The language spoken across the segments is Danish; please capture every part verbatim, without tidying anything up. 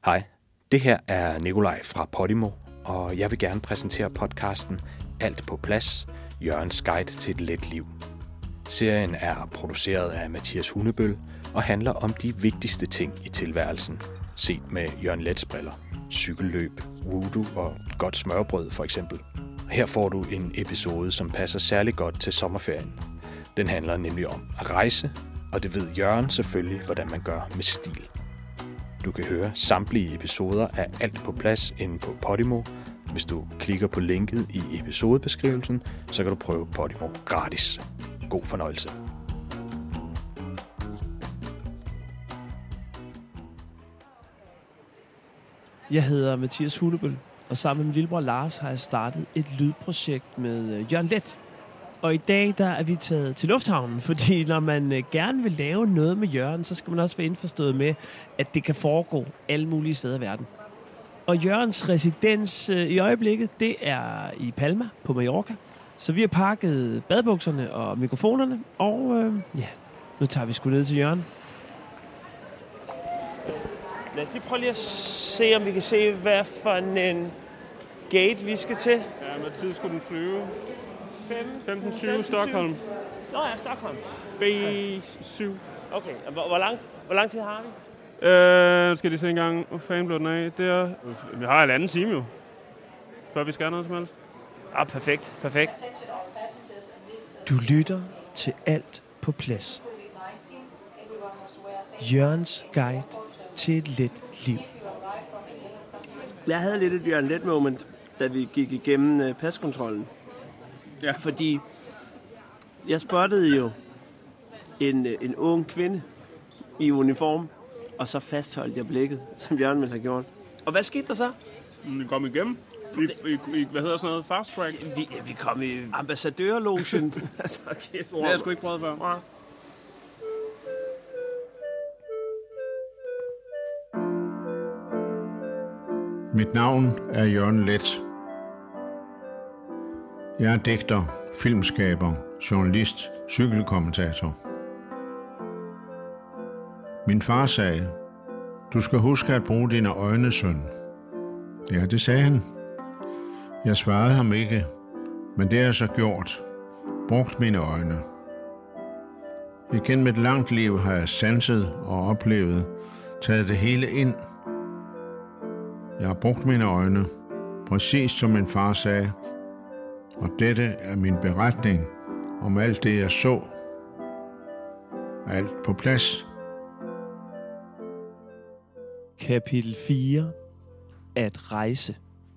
Hej, det her er Nikolaj fra Podimo, og jeg vil gerne præsentere podcasten Alt på plads, Jørgens guide til et let liv. Serien er produceret af Mathias Hundebøl og handler om de vigtigste ting i tilværelsen, set med Jørgen Leths briller. Cykelløb, voodoo og godt smørbrød for eksempel. Her får du en episode, som passer særlig godt til sommerferien. Den handler nemlig om at rejse, og det ved Jørgen selvfølgelig, hvordan man gør med stil. Du kan høre samtlige episoder af Alt på plads inde på Podimo. Hvis du klikker på linket i episodebeskrivelsen, så kan du prøve Podimo gratis. God fornøjelse. Jeg hedder Mathias Hundebøl, og sammen med min lillebror Lars har jeg startet et lydprojekt med Jørgen Leth. Og i dag der er vi taget til lufthavnen, fordi når man gerne vil lave noget med Jørgen, så skal man også være indforstået med, at det kan foregå alle mulige steder i verden. Og Jørgens residens i øjeblikket, det er i Palma på Mallorca. Så vi har pakket badbukserne og mikrofonerne, og øh, ja, nu tager vi sgu ned til Jørgen. Lad os lige prøve lige at se, om vi kan se, hvad for en gate vi skal til. Ja, med tid skulle den flyve. femten tyve Stockholm. Nå ja, Stockholm. B syv. Okay, og hvor, hvor, langt, hvor lang tid har vi? Øh, skal de se engang, hvor fanden blev den af? Det er, vi har en anden time jo. Før vi skal noget som helst. Ja, perfekt, perfekt. Du lytter til Alt på plads. Jørgens guide til et let liv. Jeg havde lidt et Jørgen Leth moment, da vi gik igennem paskontrollen. Ja. Fordi jeg spottede jo en, en ung kvinde i uniform, og så fastholdt jeg blikket, som Jørgen ville have gjort. Og hvad skete der så? Vi kom igennem. I, i, i, hvad hedder sådan noget? Fast track? Vi, vi kom i ambassadørlogen. Altså, kæft, det har jeg sgu ikke prøvet før. Ja. Mit navn er Jørgen Leth. Jeg er digter, filmskaber, journalist, cykelkommentator. Min far sagde, du skal huske at bruge dine øjne, søn. Ja, det sagde han. Jeg svarede ham ikke, men det har jeg så gjort. Brugt mine øjne. Igennem et langt liv har jeg sanset og oplevet, taget det hele ind. Jeg har brugt mine øjne, præcis som min far sagde, og dette er min beretning om alt det, jeg så. Alt på plads. Kapitel fire. At rejse.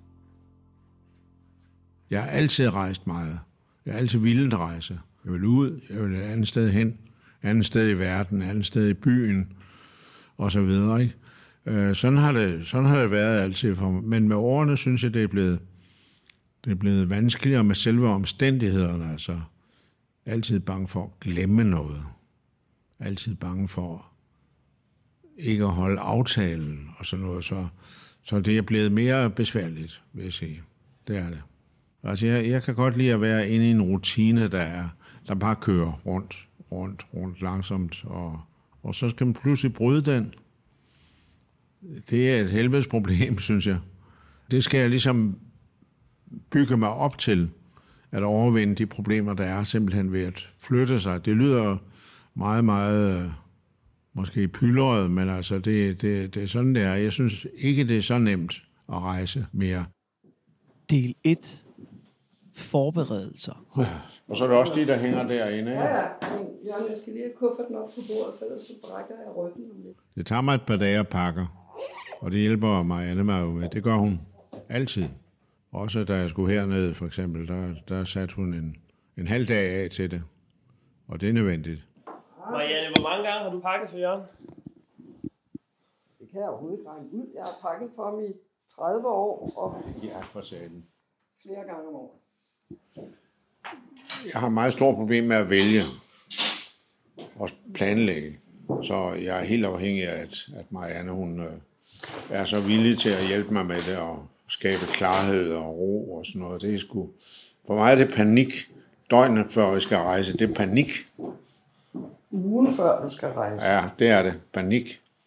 Jeg har altid rejst meget. Jeg har altid villet rejse. Jeg vil ud, jeg vil et andet sted hen, andet sted i verden, andet sted i byen, og så videre, ikke? Sådan har det, sådan har det været altid for mig. Men med årene synes jeg, det er blevet, det er blevet vanskeligere med selve omstændighederne. Altså, altid bange for at glemme noget. Altid bange for ikke at holde aftalen og sådan noget. Så, så det er blevet mere besværligt, vil jeg sige. Det er det. Altså, jeg, jeg kan godt lide at være inde i en rutine, der, er, der bare kører rundt, rundt, rundt langsomt. Og, og så skal man pludselig bryde den. Det er et helvedes problem, synes jeg. Det skal jeg ligesom bygge mig op til, at overvinde de problemer, der er simpelthen ved at flytte sig. Det lyder meget, meget måske pyldret, men altså det, det, det er sådan, det er. Jeg synes ikke, det er så nemt at rejse mere. Del et. Forberedelser. Og så er det også de, der hænger derinde. Ja, ja. Jørgen, jeg skal lige have kufferten op på bordet, for ellers så brækker jeg ryggen om lidt. Det tager mig et par dage at pakke, og det hjælper Marianne mig jo med. Det gør hun altid. Også da jeg skulle herned, for eksempel, der, der satte hun en, en halv dag af til det. Og det er nødvendigt. Marianne, hvor mange gange har du pakket for Jørgen? Det kan jeg overhovedet ikke regne ud. Jeg har pakket for ham i tredive år, og Ja, for satan. flere gange om året. Jeg har et meget stort problem med at vælge og planlægge. Så jeg er helt afhængig af, at, at Marianne hun, øh, er så villig til at hjælpe mig med det og skabe klarhed og ro og sådan noget. Det er sgu... For mig er det panik. Døgnet før vi skal rejse, det er panik. Ugen før du skal rejse. Ja, det er det. Panik.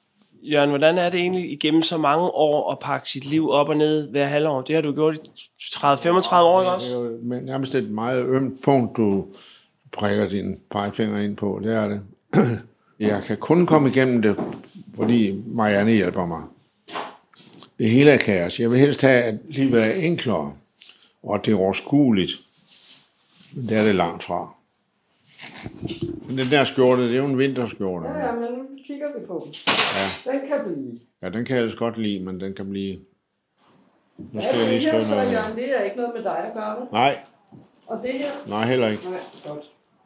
Jørgen, hvordan er det egentlig igennem så mange år at pakke sit liv op og ned hver halvår? Det har du gjort i tredive til femogtredive år, ikke også? Det er jo nærmest et meget ømt punkt, du prikker din pegefinger ind på. Det er det. Jeg kan kun komme igennem det, fordi Marianne hjælper mig. Det hele er kaos. Jeg vil helst have, at livet er enklere, og at det er overskueligt. Men det er det langt fra. Men den der skjorte, det er jo en vinterskjorte. Ja, ja, men nu kigger vi på den. Ja. Den kan blive. Ja, den kan jeg ellers godt lide, men den kan blive... Nu Ja, skal jeg det lige her skrive så, noget. Jørgen, det er ikke noget med dig at gøre nu. Nej, Og det her? nej, heller ikke. Nej, godt.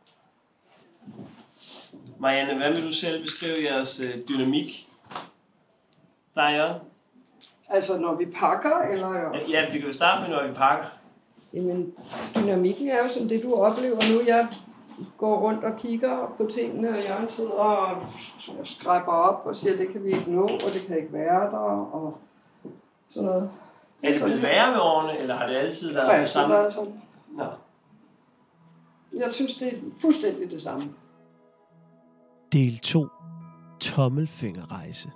Marianne, hvad vil du selv beskrive jeres øh, dynamik? Der er Jørgen. Altså, når vi pakker, eller... Ja, vi kan jo starte med, når vi pakker. Jamen, dynamikken er jo som det, du oplever nu. Jeg går rundt og kigger på tingene, og Jørgen sidder og skræber op og siger, det kan vi ikke nå, og det kan ikke være der, og sådan noget. Er det blevet værre med årene, eller har det altid været det det altid samme? været sådan. Nå. Jeg synes, det er fuldstændig det samme. Del to. Tommelfingerrejse.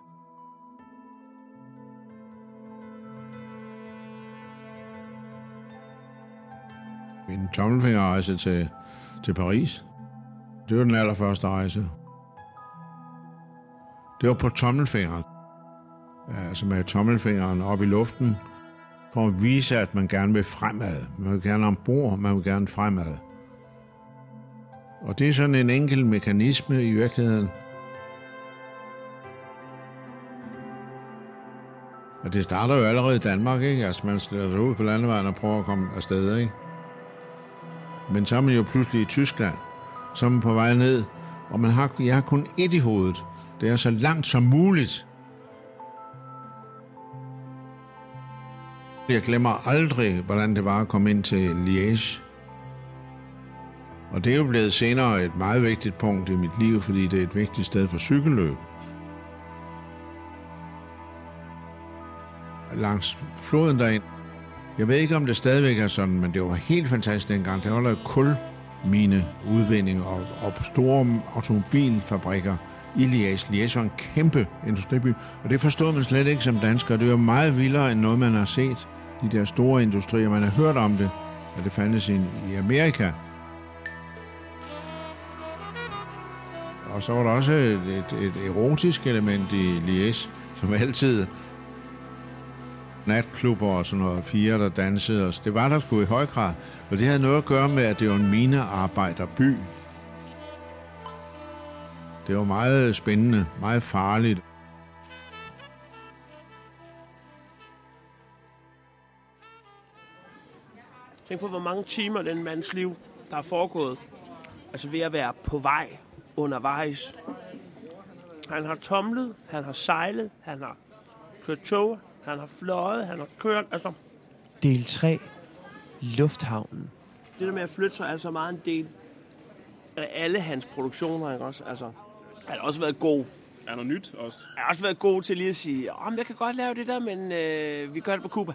Min tommelfingerrejse til, til Paris. Det var den allerførste rejse. Det var på tommelfingeren. Altså med tommelfingeren op i luften, for at vise, at man gerne vil fremad. Man vil gerne ombord, man vil gerne fremad. Og det er sådan en enkel mekanisme i virkeligheden. Og det starter jo allerede i Danmark, ikke? Altså man slæder ud på landevejen og prøver at komme afsted, ikke? Men så er man jo pludselig i Tyskland, så er man på vej ned, og man har, jeg har kun ét i hovedet. Det er så langt som muligt. Jeg glemmer aldrig, hvordan det var at komme ind til Liège. Og det er jo blevet senere et meget vigtigt punkt i mit liv, fordi det er et vigtigt sted for cykelløb. Langs floden derind. Jeg ved ikke, om det stadigvæk er sådan, men det var helt fantastisk dengang. Der var der kulmineudvinding og, og store automobilfabrikker i Liège. Liège var en kæmpe industriby, og det forstod man slet ikke som dansker. Det var meget vildere end noget, man har set. De der store industrier, man har hørt om det, og det fandtes i, i Amerika. Og så var der også et, et, et erotisk element i Liège, som altid natklubber og sådan noget, piger, der dansede. Og det var der sgu i høj grad. Og det havde noget at gøre med, at det var en minearbejderby. Det var meget spændende, meget farligt. Tænk på, hvor mange timer den mands liv, der er foregået. Altså ved at være på vej undervejs. Han har tomlet, han har sejlet, han har kørt tog, han har fløjet, han har kørt, altså... Del tre. Lufthavnen. Det der med at flytte sig er altså meget en del af alle hans produktioner, ikke også? Altså, han har også været god. Er noget nyt også? Jeg har også været god til lige at sige, om jeg kan godt lave det der, men øh, vi gør det på Cuba.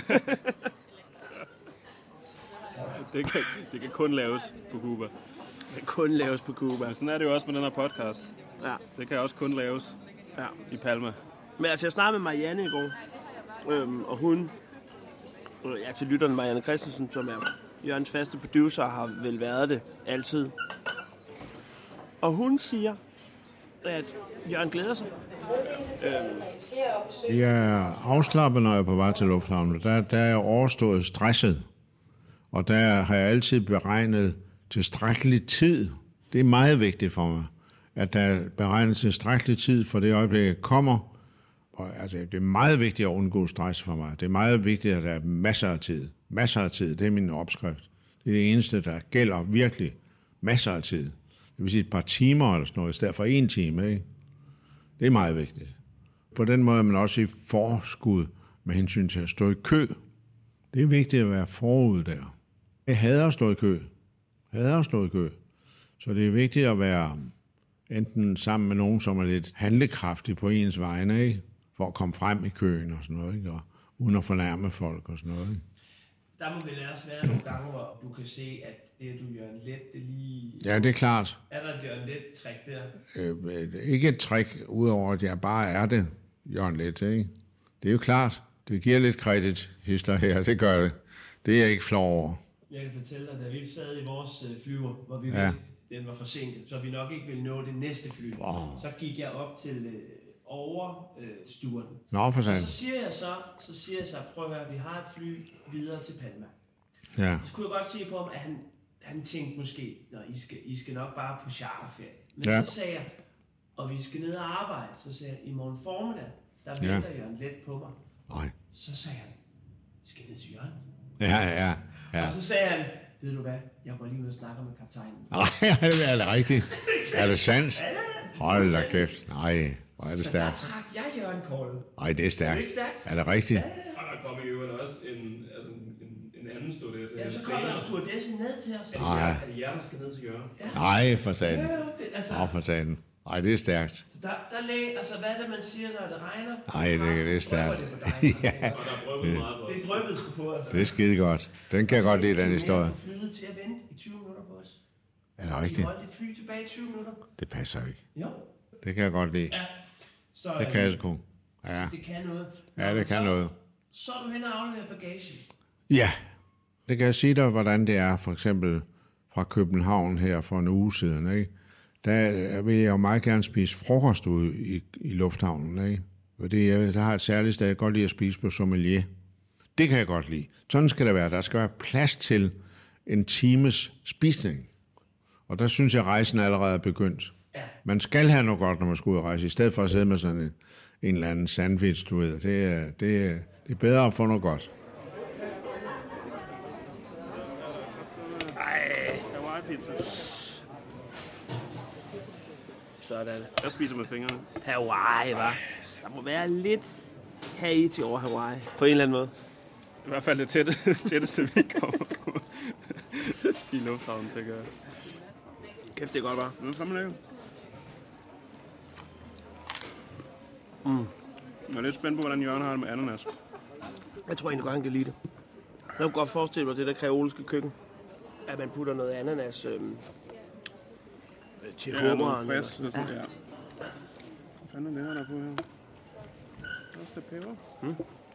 det, kan, det kan kun laves på Cuba. Det kan kun laves på Cuba. Men sådan er det jo også med den her podcast. Ja. Det kan også kun laves Ja. i Palma. Men altså, jeg snakkede med Marianne i går, øhm, og hun, ja, til lytteren Marianne Christensen, som er Jørgens faste producer, har vel været det altid. Og hun siger, at Jørgen glæder sig. Øhm. Jeg er afslappet, når jeg er på vej til lufthavnen. Der, der er jeg overstået stresset, og der har jeg altid beregnet tilstrækkelig tid. Det er meget vigtigt for mig, at der er beregnet tilstrækkelig tid for det øjeblik, jeg kommer. Og, altså, det er meget vigtigt at undgå stress for mig. Det er meget vigtigt, at der er masser af tid. Masser af tid, det er min opskrift. Det er det eneste, der gælder virkelig. Masser af tid. Det vil sige et par timer eller sådan noget, i stedet for en time. Ikke? Det er meget vigtigt. På den måde er man også i forskud med hensyn til at stå i kø. Det er vigtigt at være forud der. Jeg hader at stå i kø. Jeg hader at stå i kø. Så det er vigtigt at være enten sammen med nogen, som er lidt handlekraftig på ens vegne, ikke? For at komme frem i køen og sådan noget, ikke? Og uden at fornærme folk og sådan noget. Ikke? der må vel også være nogle gange, hvor du kan se, at det, du gør en let, det lige... Ja, det er klart. Er der et Jørgen Leth-trick der? Øh, ikke et trick, udover at jeg bare er det, Jørgen Leth, ikke? Det er jo klart. Det giver lidt kredit, hister her. Det gør det. Det er jeg ikke flov over. Jeg kan fortælle dig, da vi sad i vores øh, flyver, hvor vi ja. vidste, den var forsinket, så vi nok ikke ville nå det næste fly. Wow. Så gik jeg op til øh, oversturen. Øh, Nå, for og så siger jeg så, så siger jeg så, prøv at høre, vi har et fly videre til Palma. Ja. Så kunne jeg godt se på ham, at han, han tænkte måske, nå, I skal, I skal nok bare på charterferie. Men ja. så sagde jeg, og vi skal ned og arbejde, så sagde jeg, i morgen formiddag, der venter ja. Jørgen Leth på mig. Nej. Så sagde han, vi skal ned til Jørgen. Ja, ja, ja. Og så sagde han, ved du hvad, jeg går lige ud og snakker med kaptajnen. Nej, er det rigtigt? Er det sandt? Hold da kæft. Nej, hvor er det stærkt. Så der trak jeg Jørgen kortet. Nej, det er stærkt. Er det ikke stærkt? Er det rigtigt? Ja, og der kom i øvrigt også en, altså en, en anden stewardesse. Ja, så kom der en stewardesse ned til os. Nej. Er det jer, der skal ned til Jørgen? Ja. Nej, for satan. Ja, det, altså... Nå, for satan. Nej, det er stærkt. Så der, der læg, altså hvad er det, man siger, når det regner? Nej, det, det er stærkt. Det ja. Og der er drøbet meget på os. Det er drøbet sgu på os. Det er skide godt. Den kan jeg godt lide, den historie. Jeg flyet til at vente i tyve minutter på os. Er det rigtigt? Vi holdt et fly tilbage i tyve minutter. Det passer ikke. Jo. Det kan jeg godt lide. Ja. Så, det kan jeg sgu. Ja. Det kan noget. Ja, det kan så, noget. Så er du hen og afleverer bagage. Ja. Det kan jeg sige dig, hvordan det er, for eksempel fra København her for en uge siden, ikke? Der vil jeg jo meget gerne spise frokost ude i, i lufthavnen, ikke? Fordi jeg, der har et særligt sted, jeg godt lide at spise på sommelier. Det kan jeg godt lide. Sådan skal det være. Der skal være plads til en times spisning. Og der synes jeg, at rejsen allerede er begyndt. Ja. Man skal have noget godt, når man skal ud og rejse, i stedet for at sidde med sådan en, en eller anden sandwich, du ved. Det er, det, er, det er bedre at få noget godt. Ej, Hawaii-pizza. Sådan. Jeg spiser med fingrene. Hawaii, hva'? Der må være lidt Haiti over Hawaii, på en eller anden måde. I hvert fald det tætte, tætteste, vi kommer på i lufthavnen, tænker jeg. Kæft, det er godt, bare. Nu er fandme lækkert. Mm. Jeg er lidt spændt på, hvordan Jørgen har det med ananas. Jeg tror egentlig godt, han kan lide det. Jeg kunne godt forestille mig det der kreolske køkken, at man putter noget ananas øhm, til ja, hummeren. noget frisk og sådan, ja. ja. Hvad fanden er det her, der er på her? Også det peber. Mm.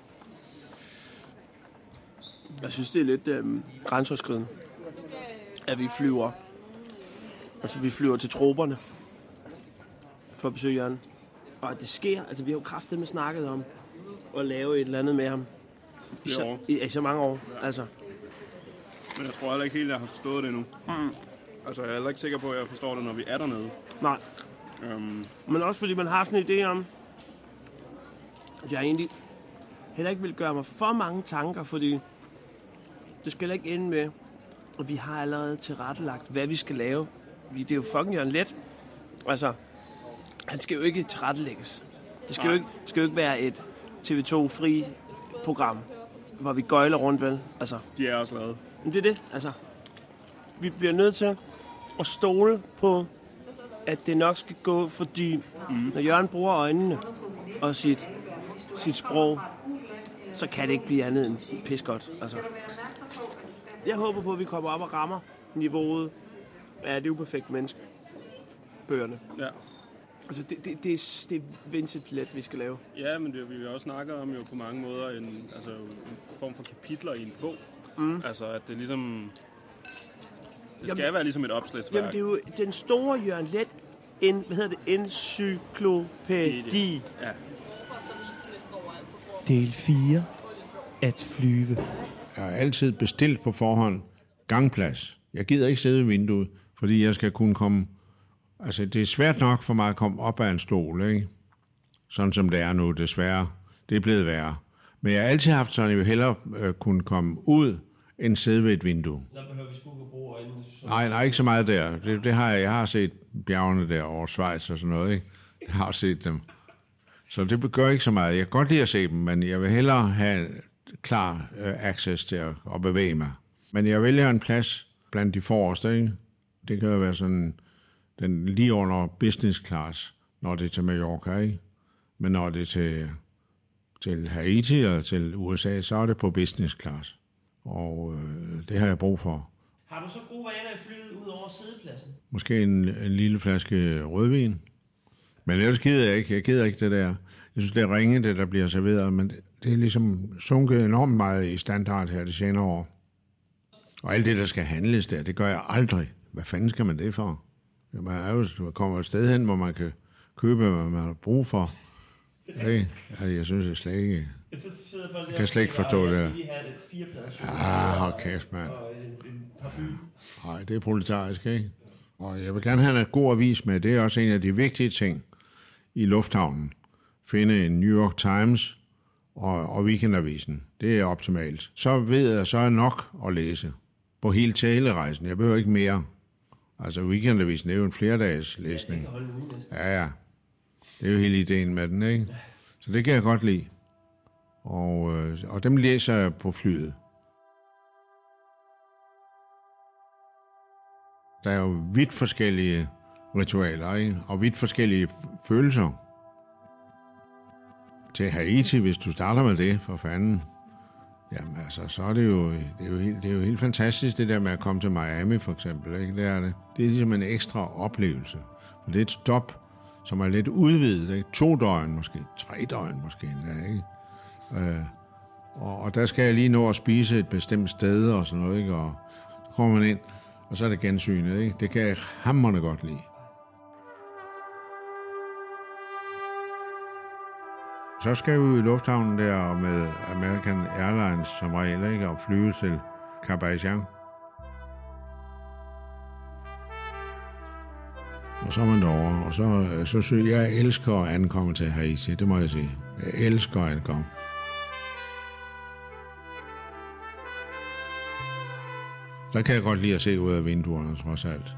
Jeg synes, det er lidt øhm, grænseoverskridende, at vi flyver. Altså, vi flyver til troperne for at besøge Jørgen. Og at det sker, altså vi har jo kraftedeme snakket om at lave et eller andet med ham i så, i, i så mange år. Ja. Altså. Men jeg tror heller ikke helt, at jeg har forstået det endnu. Mm. Altså, jeg er heller ikke sikker på, at jeg forstår det, når vi er dernede. Nej. Um. Men også fordi man har sådan en idé om, at jeg egentlig heller ikke vil gøre mig for mange tanker, fordi det skal ikke ende med, at vi har allerede tilrettelagt, hvad vi skal lave. Det er jo fucking Jørgen Leth. Altså, han skal jo ikke tilrettelægges. Det skal jo ikke, skal jo ikke være et T V to-fri program, hvor vi gøjler rundt, vel? Altså, de er også lavet. Men det er det, altså. Vi bliver nødt til at stole på, at det nok skal gå, fordi mm. når Jørgen bruger øjnene og sit, sit sprog, så kan det ikke blive andet end pis godt, altså. Jeg håber på, at vi kommer op og rammer niveauet af det uperfekte menneske. Bøgerne. Ja. Altså, det, det, det, er, det er vintage let, vi skal lave. Ja, men det, vi har også snakket om jo på mange måder en, altså, en form for kapitler i en bog. Mm. Altså, at det ligesom... Det skal jamen, være ligesom et opslagsværk. Jamen, det er jo den store Jørgen Leth, en, hvad hedder det, encyklopædi. Ja. Del fire. At flyve. Jeg har altid bestilt på forhånd gangplads. Jeg gider ikke sidde i vinduet, fordi jeg skal kunne komme... Altså, det er svært nok for mig at komme op af en stol, ikke? Sådan som det er nu, desværre. Det er blevet værre. Men jeg har altid haft sådan, at jeg vil hellere øh, kunne komme ud, end sidde ved et vindue. Der behøver vi sgu ikke at bruge øjnene. Nej, nej, ikke så meget der. Det, det har jeg, jeg har set bjergene der over Schweiz og sådan noget, ikke? Jeg har set dem. Så det gør ikke så meget. Jeg kan godt lide at se dem, men jeg vil hellere have klar øh, access til at, at bevæge mig. Men jeg vælger en plads blandt de forreste, ikke? Det kan jo være sådan... Den lige under business class, når det er til Mallorca, ikke? Men når det er til, til Haiti eller til U S A, så er det på business class. Og øh, det har jeg brug for. Har du så gode vaner i flyet ud over siddepladsen? Måske en, en lille flaske rødvin. Men ellers gider jeg ikke. Jeg gider ikke det der. Jeg synes, det er ringe, det der bliver serveret, men det er ligesom sunket enormt meget i standard her de senere år. Og alt det, der skal handles der, det gør jeg aldrig. Hvad fanden skal man det for? Man er jo, man kommer et sted hen, hvor man kan købe, hvad man har brug for. Okay. Altså, jeg synes jeg slet ikke... Jeg kan slet ikke forstå det. Ah, hold kæft, mand. Nej, det er proletarisk, ikke? Og jeg vil gerne have en god avis med. Det er også en af de vigtige ting i lufthavnen. Finde en New York Times og, og Weekendavisen. Det er optimalt. Så ved jeg, så er nok at læse på hele talerejsen. Jeg behøver ikke mere. Altså, Weekendavisen er jo en flerdages læsning. Ja, ja. Det er jo hele ideen med den, ikke? Så det kan jeg godt lide. Og, øh, og dem læser jeg på flyet. Der er jo vidt forskellige ritualer, ikke? Og vidt forskellige følelser. Til Haiti, hvis du starter med det, for fanden. Jamen altså, så er det jo, det er jo, helt, det er jo helt fantastisk, det der med at komme til Miami, for eksempel, ikke? Det er det. Det er ligesom en ekstra oplevelse. For det er et stop, som er lidt udvidet, ikke? To døgn måske, tre døgn måske endda, ikke? Øh, og, og der skal jeg lige nå at spise et bestemt sted og sådan noget, ikke? Og så kommer man ind, og så er det gensynet, ikke? Det kan jeg hamrende godt lide. Så skal vi ud i lufthavnen der med American Airlines som regel, ikke? Og flyve til Cabazon. Og så er man derovre, og så, så synes jeg, jeg elsker at ankomme til Haiti, det må jeg sige. Jeg elsker at ankomme. Der kan jeg godt lide at se ud af vinduerne, trods alt.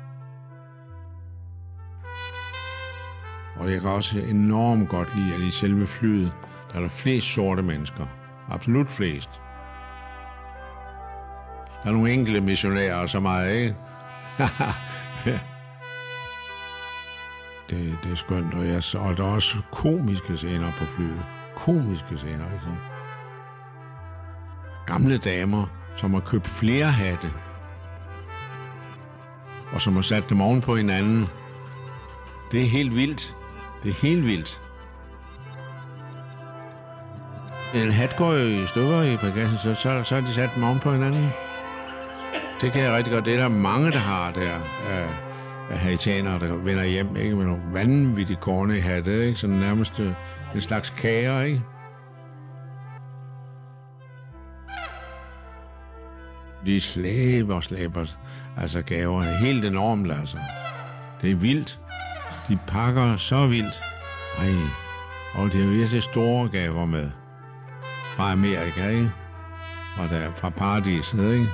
Og jeg kan også enormt godt lide, at i selve flyet, der er der flest sorte mennesker. Absolut flest. Der er nogle enkelte missionærer og så meget, ikke? det, det er skønt, og, jeg, og der er også komiske scener på flyet. Komiske scener, ikke sådan? Gamle damer, som har købt flere hatte, og som har sat dem oven på hinanden. Det er helt vildt. Det er helt vildt. En hat går jo i stykker i bagagen, så, så, så har de sat dem oven på hinanden. Det kan jeg rigtig godt. Det er der mange, der har der af, af haitianere, der vender hjem, ikke? Med nogle vanvittigt gårde i hatte, ikke? Sådan nærmest en slags kager, ikke? De slæber og slæber, altså gaver er helt enormt, altså. Det er vildt. De pakker så vildt. Ej, og det er virkelig store gaver med. Fra Amerika, ikke? Fra, der, fra paradiset, ikke?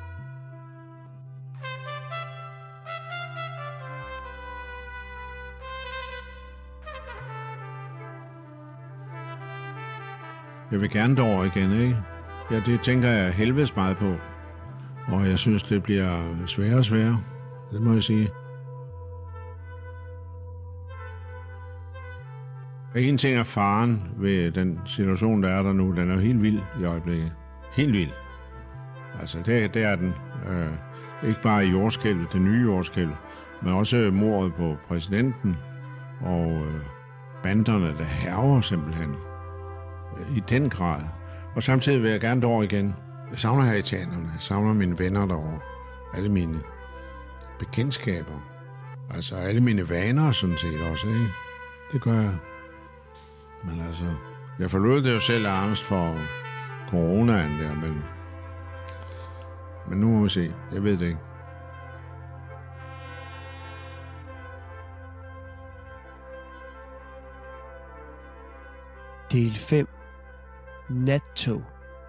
Jeg vil gerne derover igen, ikke? Ja, det tænker jeg helvedes meget på. Og jeg synes, det bliver sværere og sværere. Det må jeg sige. En ting er faren ved den situation, der er der nu. Den er jo helt vild i øjeblikket. Helt vild. Altså, det, det er den. Øh, ikke bare i jordskælvet, det nye jordskælv, men også mordet på præsidenten og øh, banderne, der hærger simpelthen. Øh, I den grad. Og samtidig vil jeg gerne derover igen. Jeg savner haitianerne. Jeg savner mine venner derovre. Alle mine bekendtskaber. Altså alle mine vaner sådan set også, ikke? Det gør jeg. Men altså, jeg forlod det jo selv af angst for coronaen der, men, men nu må vi se. Jeg ved det ikke. Del fem. Nattog.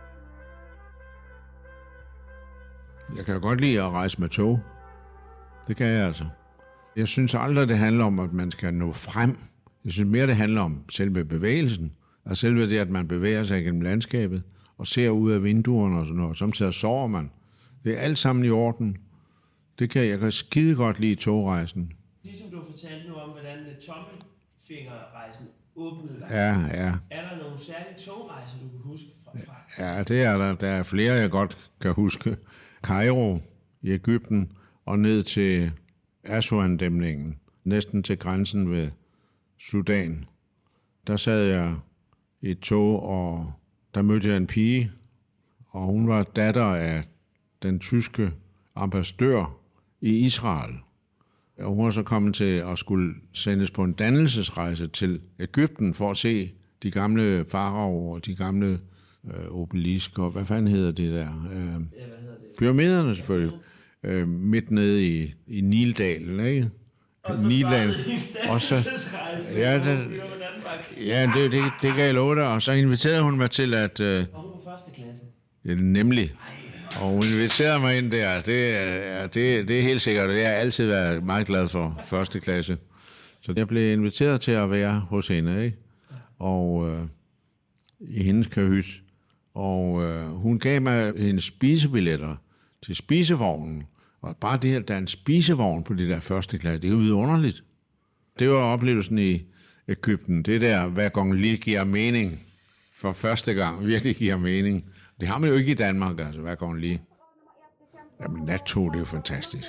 Jeg kan jo godt lide at rejse med tog. Det kan jeg altså. Jeg synes aldrig, det handler om, at man skal nå frem. Jeg synes mere, det handler om selve bevægelsen. Og selve det, at man bevæger sig gennem landskabet og ser ud af vinduerne og sådan noget. Samtidig sover man. Det er alt sammen i orden. Det kan jeg kan skide godt lide togrejsen. Ligesom du fortalte nu om, hvordan tommelfingerrejsen åbnede. Ja, ja. Er der nogle særlige togrejser, du kan huske fra? fra? Ja, det er der. Der er flere, jeg godt kan huske. Kairo i Egypten og ned til Aswan-dæmningen, næsten til grænsen ved Sudan. Der sad jeg i et tog, og der mødte jeg en pige, og hun var datter af den tyske ambassadør i Israel. Og hun var så kommet til at skulle sendes på en dannelsesrejse til Egypten for at se de gamle faraoer og de gamle øh, obelisker. Hvad fanden hedder det der? Øh, ja, hvad hedder det? Pyramiderne selvfølgelig. Øh, midt nede i, i Nildalen, ikke? Og så Nildalen. Og så, ja, det, ja det, det, det kan jeg love dig. Og så inviterede hun mig til at... Øh, og hun var første klasse. Ja, nemlig. Og hun inviterede mig ind der. Det er, det, det er helt sikkert. Det har jeg altid været meget glad for, første klasse. Så jeg blev inviteret til at være hos hende, ikke? Og øh, i hendes kahyt. Og øh, hun gav mig hendes spisebilletter til spisevognen. Og bare det, at der er en spisevogn på det der første klasse, det er jo vidunderligt. Det var oplevelsen i Egypten. Det der, hver gang lige giver mening, for første gang virkelig giver mening. Det har man jo ikke i Danmark, altså, hver gang lige. Jamen, nattog, det er jo fantastisk.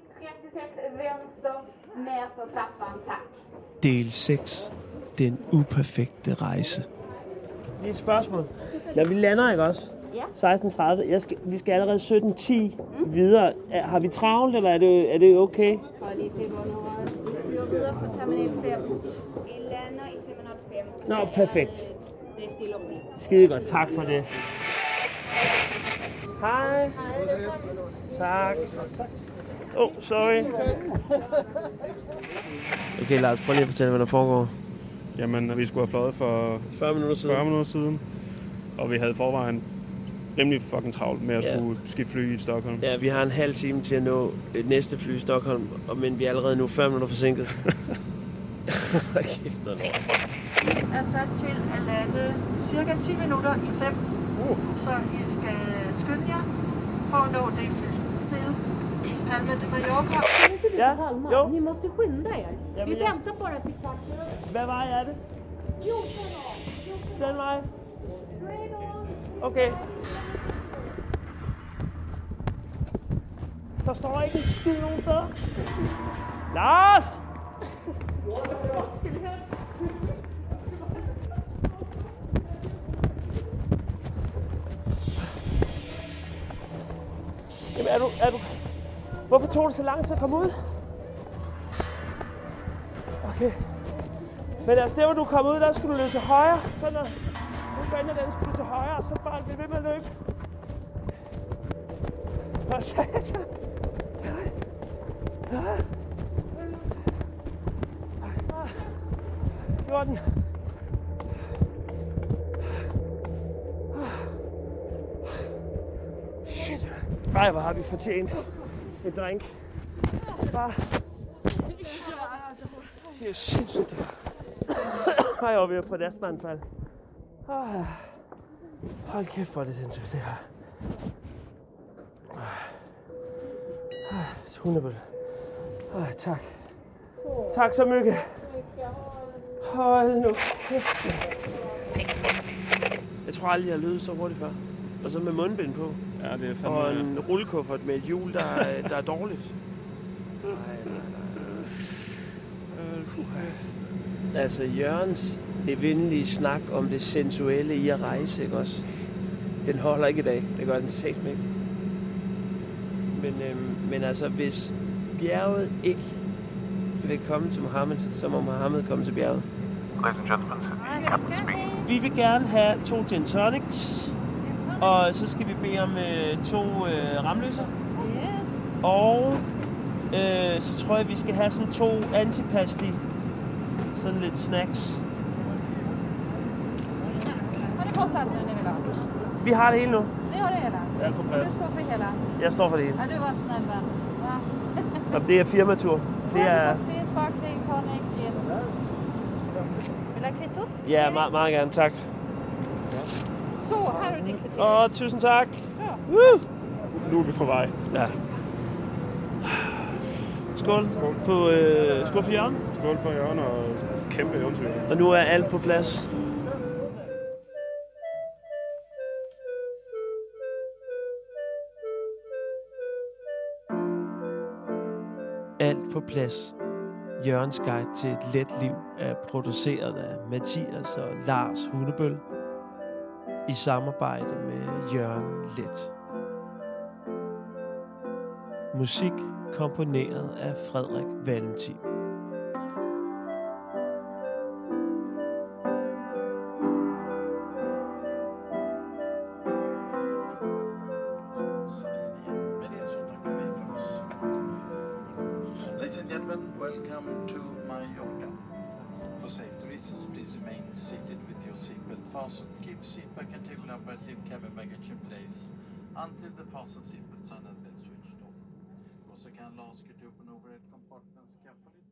Del seks. Den uperfekte rejse. Lige et spørgsmål. Når vi lander, ikke også? seksten tredive. Jeg skal, vi skal allerede sytten ti mm. videre. Er, har vi travlt, eller er det, er det okay? Og lige se, hvornår vi flyver videre fra terminal fem. Vi lander i terminal fem. Nå, perfekt. Det er stille og roligt. Skide godt. Tak for det. Hej. Tak. Åh, oh, sorry. Okay, Lars, prøv lige at fortælle, hvad der foregår. Jamen, vi skulle have fløjet for fyrre minutter siden. fyrre minutter siden. Og vi havde forvejen rimelig fucking travlt med at ja. skulle skifte fly i Stockholm. Ja, vi har en halv time til at nå et næste fly i Stockholm, men vi er allerede nu fyrre minutter forsinket. Kæft noget lort. Er sat til at lande cirka ti minutter i fem, uh. så I skal skynde jer på at nå det fly. Palma de Mallorca. Ja, jo. Ni måste skynda er. Ja, vi jeg... väntar bara till kvart. Hvad vej er det? fjorton år. Den vej. Okay. Der står ikke en skid nogen steder. Lars! Jamen er du, er du... Hvorfor tog det så lang tid at komme ud? Okay. Men altså, der hvor du kommer ud, der skal du løbe til højre. Så når du går ind ad den, skal du til højre, og så bare blive ved med at løbe. Og så... fjorten. Shit. Ej, hvor har vi fortjent en drink. Bare... Det er sindssygt. Ej, jeg var ved at få et astmaanfald. Hold kæft, hvor er det sindssygt, det her. Hundebøl. Ej, tak. Tak så mycket. Hold nu kæft. Jeg tror aldrig, jeg har løbet så hurtigt før. Og så med mundbind på. Ja, det er fandme... Og en rullekuffert med et hjul, der er, der er dårligt. Nej, nej, nej. Altså, Jørgens evindelige snak om det sensuelle i at rejse, ikke også? Den holder ikke i dag. Det gør den satme ikke. Men, øhm, men altså, hvis bjerget ikke vil komme til Mohammed, så må Mohammed komme til bjerget. Vi vil gerne have to gin tonics, og så skal vi bede om øh, to øh, ramløser. Yes. Og øh, så tror jeg, vi skal have sådan to antipasti. Sådan lidt snacks. Har det fått allt nu ni vill ha? Vi har det hele nu. Ni har det hela? Ja, på Och plads. du står för hela? Jeg står for det hele. Ja, du var snäll vän. Va? Og det er firmatur. Det er... Cocktail, sparkling, tonic, gin. Vill du ha kvittot? Ja, meget, meget gerne. Tak. Så, här är din kvittering. Åh, tusind tak. Ja. Woo! Nu er vi på vej. Ja. Skål. Skål. På, øh, skål for Jørgen. Skål for Jørgen, og kæmpe eventyr. Og nu er alt på plads. Alt på plads. Jørgens Guide til et let liv er produceret af Mathias og Lars Hunebøl i samarbejde med Jørgen Let. Musik komponeret af Frederik Valentin. Ladies and gentlemen, welcome to Mallorca. For safety reasons, please remain seated with your seatbelt fastened. Keep seatback and table operative cabin baggage in place until the fasten seatbelt sign has been switched off. Also, can I ask you to open overhead compartments carefully?